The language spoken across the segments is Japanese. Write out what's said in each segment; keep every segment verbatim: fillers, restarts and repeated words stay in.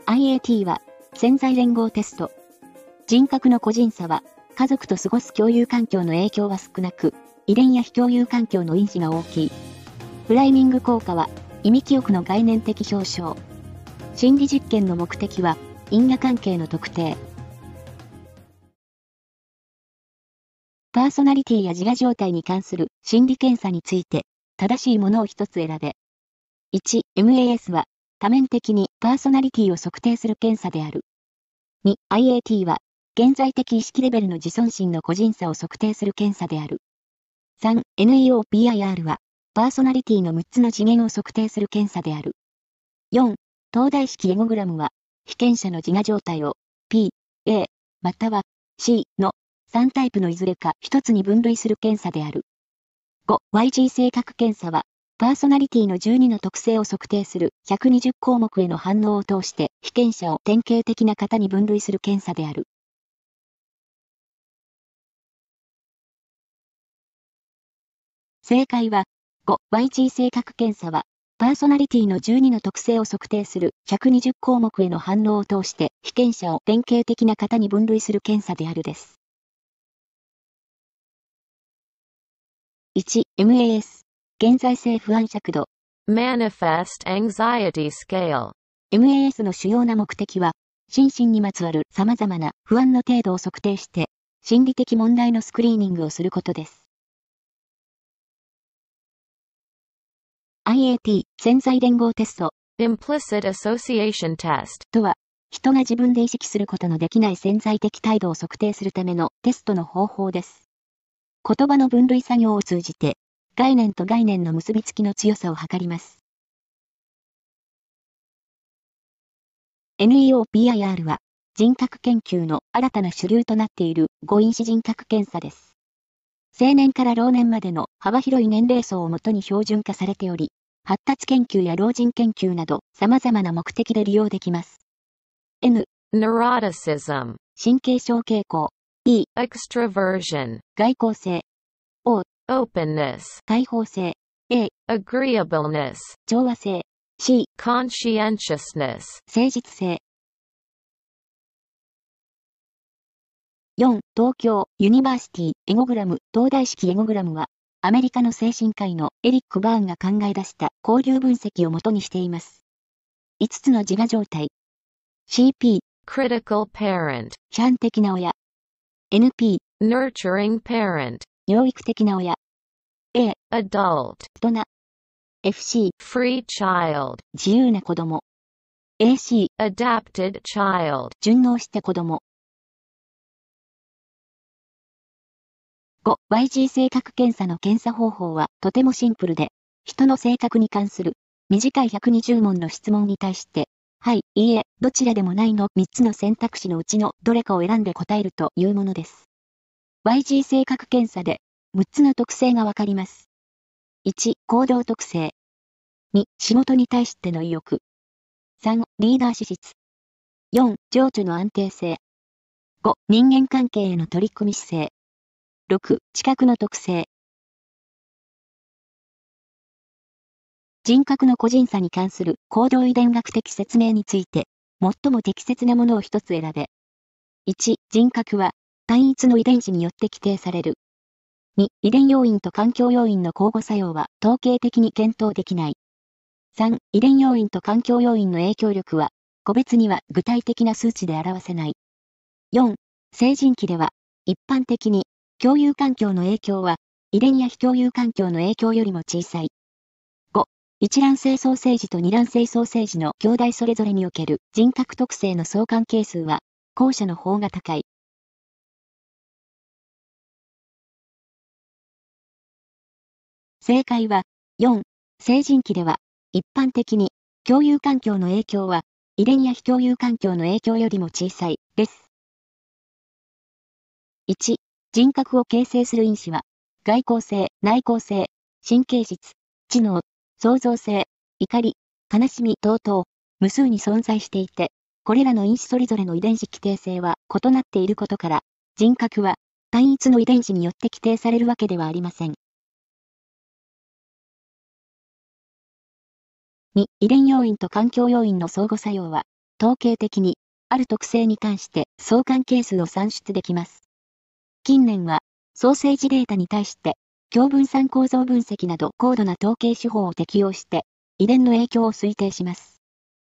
アイエーティー は、潜在連合テスト。人格の個人差は、家族と過ごす共有環境の影響は少なく、遺伝や非共有環境の因子が大きい。プライミング効果は、意味記憶の概念的表彰。心理実験の目的は、因果関係の特定。パーソナリティや自我状態に関する心理検査について、正しいものを一つ選べ。いち、エムエーエス は、多面的にパーソナリティを測定する検査である。に、アイエーティー は、現在的意識レベルの自尊心の個人差を測定する検査である。さん、エヌイーオーピーアイアール は、パーソナリティのむっつの次元を測定する検査である。よん、東大式エゴグラムは、被験者の自我状態を P、A、または C のさんタイプのいずれかひとつに分類する検査である。ご、ワイジー 性格検査は、パーソナリティのじゅうにの特性を測定するひゃくにじゅう項目への反応を通して被験者を典型的な型に分類する検査である。正解は、ご、ワイジー 性格検査は、パーソナリティのじゅうにの特性を測定するひゃくにじゅう項目への反応を通して被験者を典型的な型に分類する検査であるです。いち、エムエーエス、現在性不安尺度。 Manifest Anxiety Scale。 エムエーエス の主要な目的は、心身にまつわる様々な不安の程度を測定して、心理的問題のスクリーニングをすることです。アイエーティー、潜在連合テスト。 Implicit Association Test。 とは、人が自分で意識することのできない潜在的態度を測定するためのテストの方法です。言葉の分類作業を通じて、概念と概念の結びつきの強さを測ります。エヌイーオーピーアイアール は、人格研究の新たな主流となっている誤因子人格検査です。青年から老年までの幅広い年齢層をもとに標準化されており、発達研究や老人研究など様々な目的で利用できます。N、 Neuroticism。 神経症傾向。E、 Extroversion。 外向性。O、 Openness。 開放性。A、 Agreeableness。 調和性。C、 Conscientiousness。 誠実性。よん、東京ユニバーシティエゴグラム東大式エゴグラムは、アメリカの精神科医のエリック・バーンが考え出した交流分析をもとにしています。いつつの自我状態。シーピー、 Critical Parent。 批判的な親。エヌピー、 Nurturing Parent。 養育的な親。A、 Adult。 大人。エフシー、 Free Child。 自由な子供。エーシー、 Adapted Child。 順応した子供。ご、ワイジー 性格検査の検査方法はとてもシンプルで、人の性格に関する短いひゃくにじゅう問の質問に対して、はい、いいえ、どちらでもないのみっつの選択肢のうちのどれかを選んで答えるというものです。ワイジー 性格検査でむっつの特性がわかります。いち、行動特性。に、仕事に対しての意欲。さん、リーダー資質。よん、情緒の安定性。ご、人間関係への取り組み姿勢。ろく、知覚の特性。人格の個人差に関する行動遺伝学的説明について、最も適切なものを一つ選べ。いち、人格は単一の遺伝子によって規定される。に、遺伝要因と環境要因の交互作用は統計的に検討できない。さん、遺伝要因と環境要因の影響力は、個別には具体的な数値で表せない。よん、成人期では、一般的に、共有環境の影響は、遺伝や非共有環境の影響よりも小さい。ご、一卵性双生児と二卵性双生児の兄弟それぞれにおける人格特性の相関係数は、後者の方が高い。正解は、よん、成人期では、一般的に、共有環境の影響は、遺伝や非共有環境の影響よりも小さい、です。いち、人格を形成する因子は、外向性、内向性、神経質、知能、創造性、怒り、悲しみ等々、無数に存在していて、これらの因子それぞれの遺伝子規定性は異なっていることから、人格は単一の遺伝子によって規定されるわけではありません。に、遺伝要因と環境要因の相互作用は、 統計的に、ある特性に関して相関係数を算出できます。近年は、ソーセージデータに対して、強分散構造分析など高度な統計手法を適用して、遺伝の影響を推定します。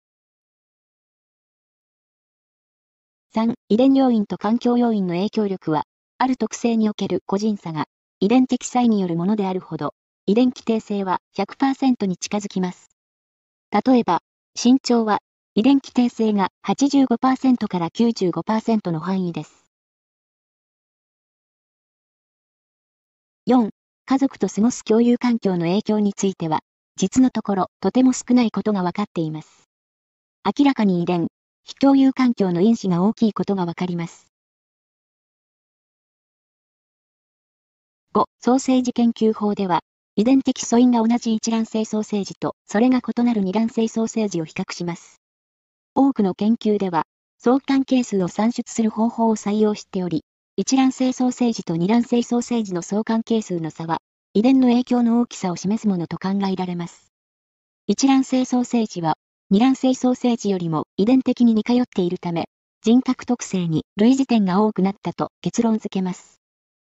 さん、遺伝要因と環境要因の影響力は、ある特性における個人差が、遺伝的差異によるものであるほど、遺伝規定性は ひゃくパーセント に近づきます。例えば、身長は、遺伝規定性が はちじゅうごパーセント から きゅうじゅうごパーセント の範囲です。よん、家族と過ごす共有環境の影響については、実のところ、とても少ないことがわかっています。明らかに遺伝、非共有環境の因子が大きいことがわかります。ご、ソーセージ研究法では、遺伝的素因が同じ一卵性ソーセージと、それが異なる二卵性ソーセージを比較します。多くの研究では、相関係数を算出する方法を採用しており、一卵性ソーセージと二卵性ソーセージの相関係数の差は、遺伝の影響の大きさを示すものと考えられます。一卵性ソーセージは、二卵性ソーセージよりも遺伝的に似通っているため、人格特性に類似点が多くなったと結論付けます。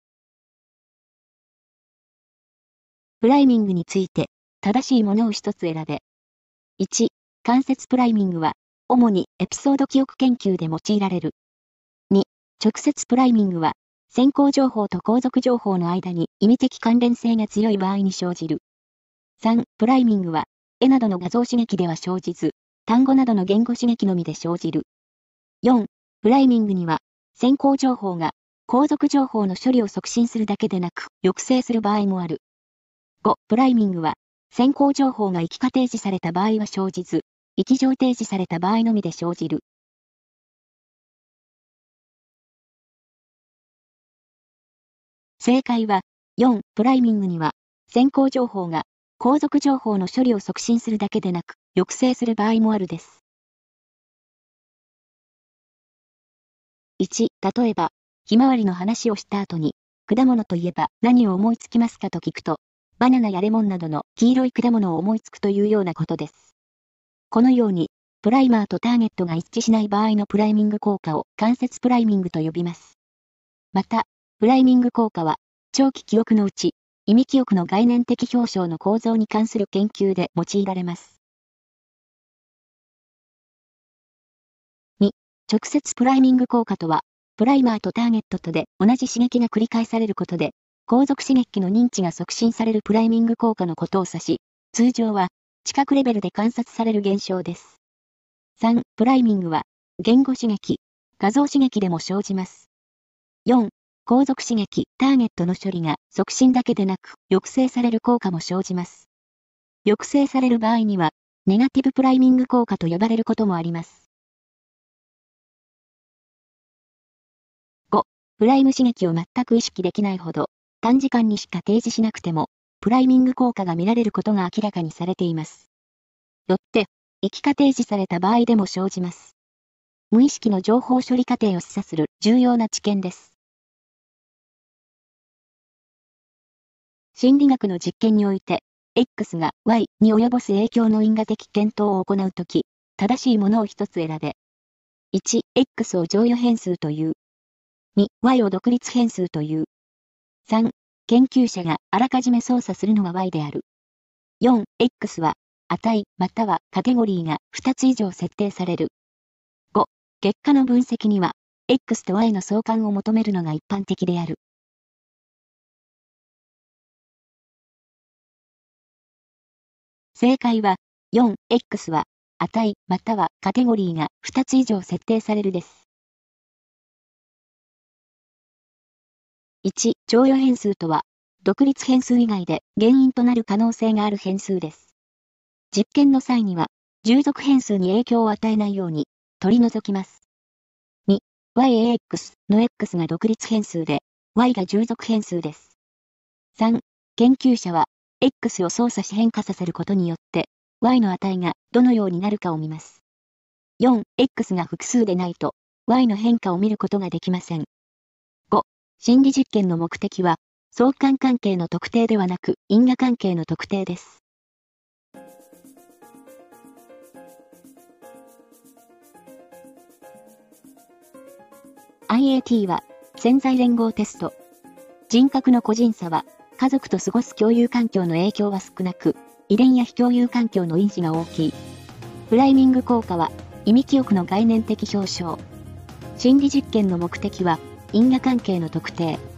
プライミングについて、正しいものを一つ選べ。いち、間接プライミングは、主にエピソード記憶研究で用いられる。に、直接プライミングは、先行情報と後続情報の間に意味的関連性が強い場合に生じる。さん、プライミングは、絵などの画像刺激では生じず、単語などの言語刺激のみで生じる。よん、プライミングには、先行情報が、後続情報の処理を促進するだけでなく、抑制する場合もある。ご、プライミングは、先行情報が域化提示された場合は生じず、域上提示された場合のみで生じる。正解は、よん、プライミングには、先行情報が、後続情報の処理を促進するだけでなく、抑制する場合もあるです。いち、例えば、ひまわりの話をした後に、果物といえば何を思いつきますかと聞くと、バナナやレモンなどの黄色い果物を思いつくというようなことです。このように、プライマーとターゲットが一致しない場合のプライミング効果を間接プライミングと呼びます。また、プライミング効果は、長期記憶のうち、意味記憶の概念的表象の構造に関する研究で用いられます。に、直接プライミング効果とは、プライマーとターゲットとで同じ刺激が繰り返されることで、後続刺激の認知が促進されるプライミング効果のことを指し、通常は、知覚レベルで観察される現象です。さん、プライミングは、言語刺激、画像刺激でも生じます。よん、後続刺激、ターゲットの処理が促進だけでなく、抑制される効果も生じます。抑制される場合には、ネガティブプライミング効果と呼ばれることもあります。ご、プライム刺激を全く意識できないほど、短時間にしか提示しなくても、プライミング効果が見られることが明らかにされています。よって、域化提示された場合でも生じます。無意識の情報処理過程を示唆する重要な知見です。心理学の実験において、X が Y に及ぼす影響の因果的検討を行うとき、正しいものを一つ選べ。いち、X を乗与変数という。に、Y を独立変数という。さん、研究者があらかじめ操作するのは Y である。よん、X は、値、またはカテゴリーがふたつ以上設定される。ご、結果の分析には、X と Y の相関を求めるのが一般的である。正解は、よん、X は、値、またはカテゴリーがふたつ以上設定されるです。いち、乗与変数とは、独立変数以外で原因となる可能性がある変数です。実験の際には、従属変数に影響を与えないように、取り除きます。に、ワイエーエックス の X が独立変数で、Y が従属変数です。さん、研究者は、X を操作し変化させることによって、Y の値がどのようになるかを見ます。よん、X が複数でないと、Y の変化を見ることができません。ご、心理実験の目的は、相関関係の特定ではなく、因果関係の特定です。 アイエーティー は、潜在連合テスト。人格の個人差は、家族と過ごす共有環境の影響は少なく、遺伝や非共有環境の因子が大きい。プライミング効果は、意味記憶の概念的表彰。心理実験の目的は、因果関係の特定。